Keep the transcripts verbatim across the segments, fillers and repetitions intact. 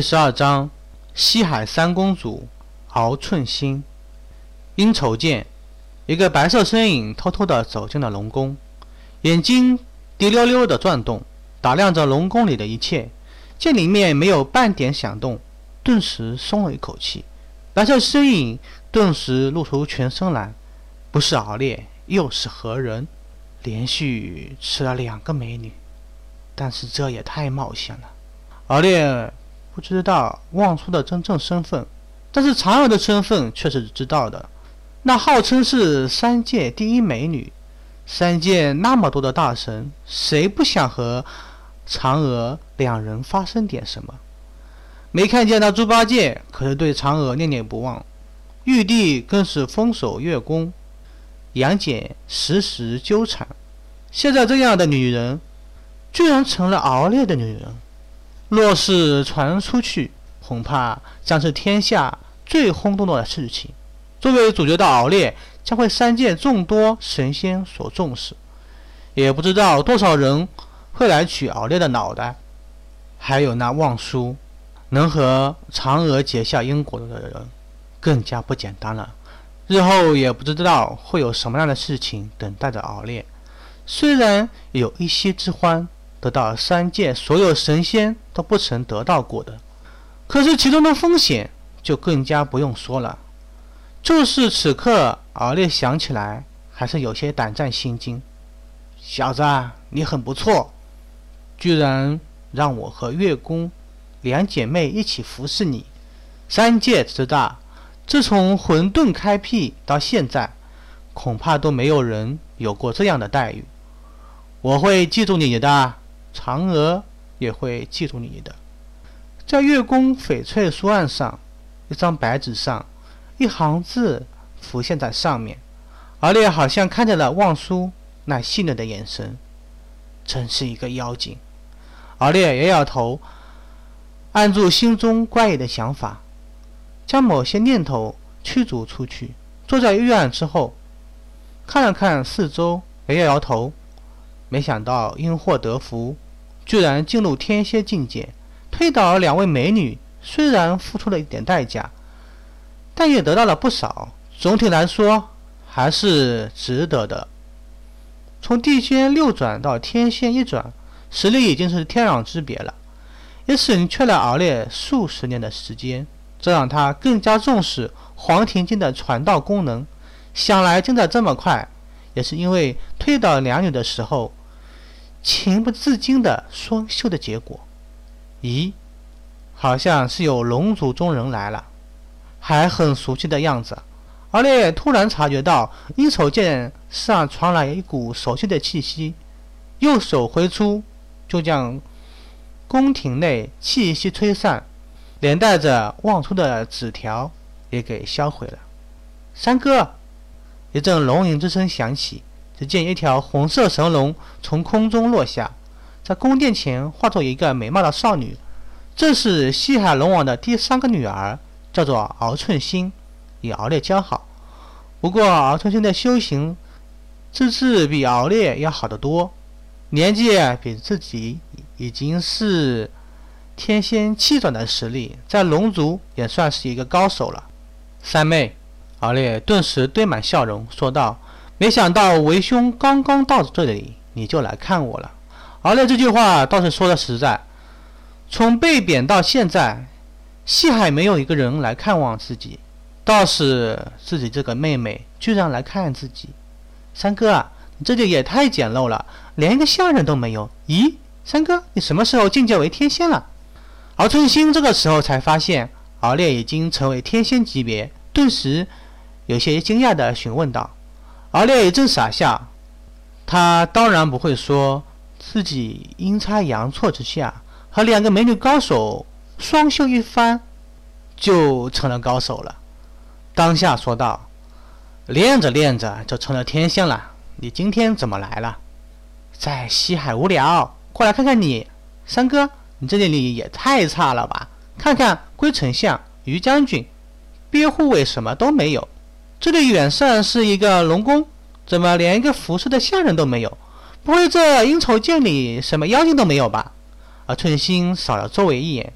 第十二章，西海三公主敖寸心。阴瞅见一个白色身影偷偷地走进了龙宫，眼睛滴溜溜地转动，打量着龙宫里的一切，见里面没有半点响动，顿时松了一口气。白色身影顿时露出全身来，不是敖烈又是何人？连续吃了两个美女，但是这也太冒险了。敖烈不知道望舒的真正身份，但是嫦娥的身份却是知道的。那号称是三界第一美女，三界那么多的大神，谁不想和嫦娥两人发生点什么？没看见那猪八戒可是对嫦娥念念不忘，玉帝更是封守月宫，杨戬时时纠缠。现在这样的女人居然成了敖烈的女人，若是传出去，恐怕将是天下最轰动的事情。作为主角的敖烈将会三界众多神仙所重视，也不知道多少人会来取敖烈的脑袋。还有那望舒，能和嫦娥结下因果的人更加不简单了。日后也不知道会有什么样的事情等待着敖烈。虽然有一息之欢，得到三界所有神仙都不曾得到过的，可是其中的风险就更加不用说了。就是此刻敖烈想起来还是有些胆战心惊。小子，你很不错，居然让我和月宫两姐妹一起服侍你。三界之大，自从混沌开辟到现在，恐怕都没有人有过这样的待遇。我会记住你的，嫦娥也会记住你的。在月宫翡翠书案上，一张白纸上，一行字浮现在上面。敖烈好像看见了望舒那细嫩的眼神，真是一个妖精。敖烈摇摇头，按住心中怪异的想法，将某些念头驱逐出去。坐在御案之后，看了看四周，摇摇头，没想到因祸得福，居然进入天蝎境界，推倒了两位美女。虽然付出了一点代价，但也得到了不少，总体来说还是值得的。从地仙六转到天仙一转，实力已经是天壤之别了，也省却了敖烈数十年的时间，这让他更加重视黄庭经的传道功能。想来进展这么快，也是因为推倒两女的时候情不自禁的双修的结果。咦，好像是有龙族中人来了，还很熟悉的样子。敖烈突然察觉到阴瞅见上传来一股熟悉的气息，右手挥出，就将宫廷内气息吹散，连带着望出的纸条也给销毁了。三哥！一阵龙吟之声响起，只见一条红色神龙从空中落下，在宫殿前化作一个美貌的少女，这是西海龙王的第三个女儿，叫做敖寸心，与敖烈交好。不过敖寸心的修行资质比敖烈要好得多，年纪比自己已经是天仙七转的实力，在龙族也算是一个高手了。三妹，敖烈顿时堆满笑容说道，没想到为兄刚刚到这里你就来看我了。敖烈这句话倒是说的实在，从被贬到现在，西海没有一个人来看望自己，倒是自己这个妹妹居然来看自己。三哥啊，你这里也太简陋了，连一个下人都没有。咦，三哥，你什么时候进阶为天仙了？敖寸心这个时候才发现敖烈已经成为天仙级别，顿时有些惊讶地询问道。敖烈一阵傻笑，他当然不会说自己阴差阳错之下和两个美女高手双修一番就成了高手了。当下说道，练着练着就成了天仙了，你今天怎么来了？在西海无聊，过来看看你。三哥，你这里也太差了吧，看看龟丞相、于将军、鳖护卫什么都没有，这里远算是一个龙宫，怎么连一个服侍的下人都没有？不会这阴瞅见里什么妖精都没有吧？而寸心扫了周围一眼，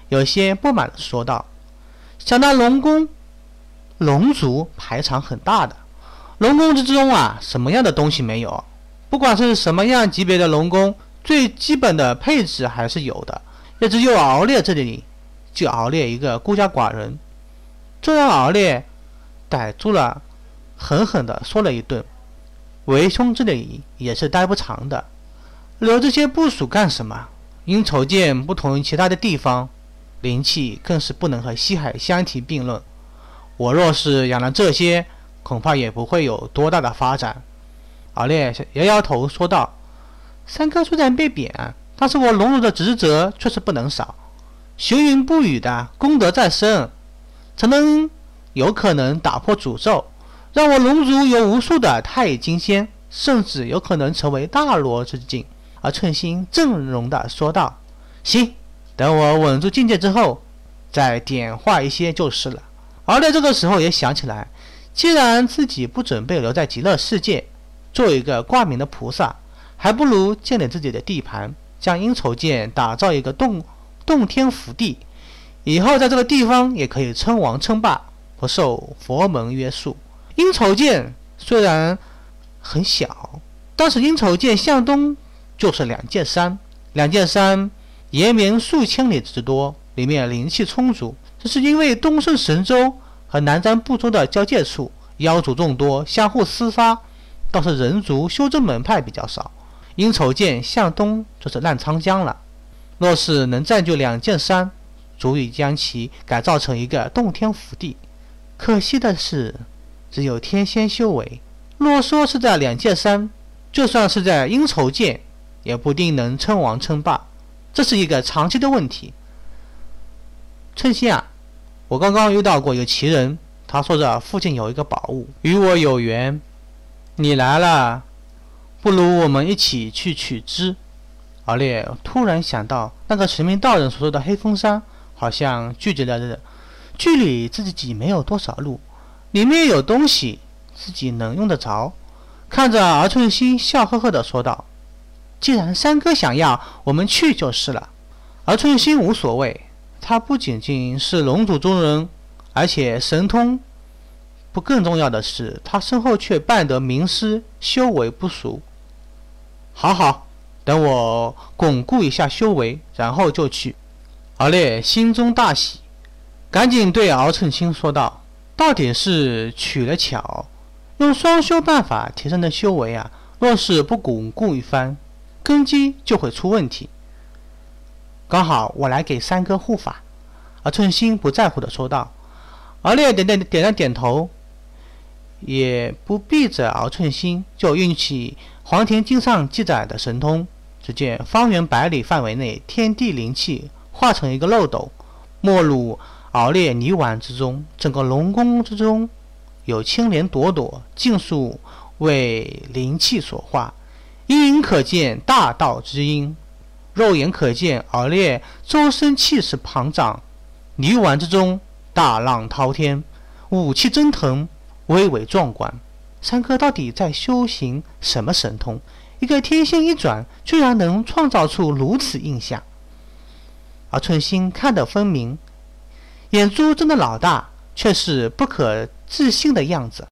有些不满地说道：“想当龙宫，龙族排场很大的，龙宫之中啊，什么样的东西没有？不管是什么样级别的龙宫，最基本的配置还是有的。也只有敖烈这里，就敖烈一个孤家寡人。”这让敖烈逮住了，狠狠地说了一顿。为兄这里也是待不长的，留这些部属干什么？阴筹剑不同于其他的地方，灵气更是不能和西海相提并论。我若是养了这些，恐怕也不会有多大的发展。敖烈摇摇头说道：“三哥虽然被贬，但是我龙族的职责却是不能少。行云布雨的功德在身，才能有可能打破诅咒，让我龙族有无数的太乙金仙，甚至有可能成为大罗之境。”而寸心正容地说道：“行，等我稳住境界之后，再点化一些就是了。”敖烈这个时候也想起来，既然自己不准备留在极乐世界做一个挂名的菩萨，还不如建立自己的地盘，将阴筹剑打造一个洞洞天福地，以后在这个地方也可以称王称霸，不受佛门约束。阴筹剑虽然很小，但是阴筹剑向东就是两界山，两界山延绵数千里之多，里面灵气充足。这是因为东胜神州和南瞻部洲的交界处，妖族众多，相互厮杀，倒是人族修真门派比较少。阴筹剑向东就是澜沧江了，若是能占据两界山，足以将其改造成一个洞天福地。可惜的是，只有天仙修为，若说是在两界山，就算是在阴筹剑，也不定能称王称霸，这是一个长期的问题。春心啊，我刚刚遇到过一个奇人，他说着附近有一个宝物，与我有缘，你来了，不如我们一起去取之。敖烈突然想到，那个神明道人所说的黑风山，好像距离了距离自己没有多少路，里面有东西，自己能用得着。看着敖寸心，笑呵呵地说道：“既然三哥想要，我们去就是了。”敖寸心无所谓，他不仅仅是龙族中人，而且神通，不更重要的是，他身后却伴得名师，修为不俗。好好，等我巩固一下修为，然后就去。敖烈心中大喜，赶紧对敖寸心说道：“到底是取了巧，用双修办法提升的修为啊，若是不巩固一番，根基就会出问题。刚好我来给三哥护法。”敖寸心不在乎地说道。敖烈点点点了点头，也不避着敖寸心，就运起黄田经上记载的神通。只见方圆百里范围内，天地灵气化成一个漏斗，没入敖烈泥丸之中。整个龙宫之中有青莲朵朵，尽数为灵气所化，一隐可见大道之音。肉眼可见敖烈周身气势庞长，泥丸之中大浪滔天，武气蒸腾，巍巍壮观。三哥到底在修行什么神通？一个天线一转，居然能创造出如此印象。而寸心看得分明，眼珠睁得老大，却是不可置信的样子。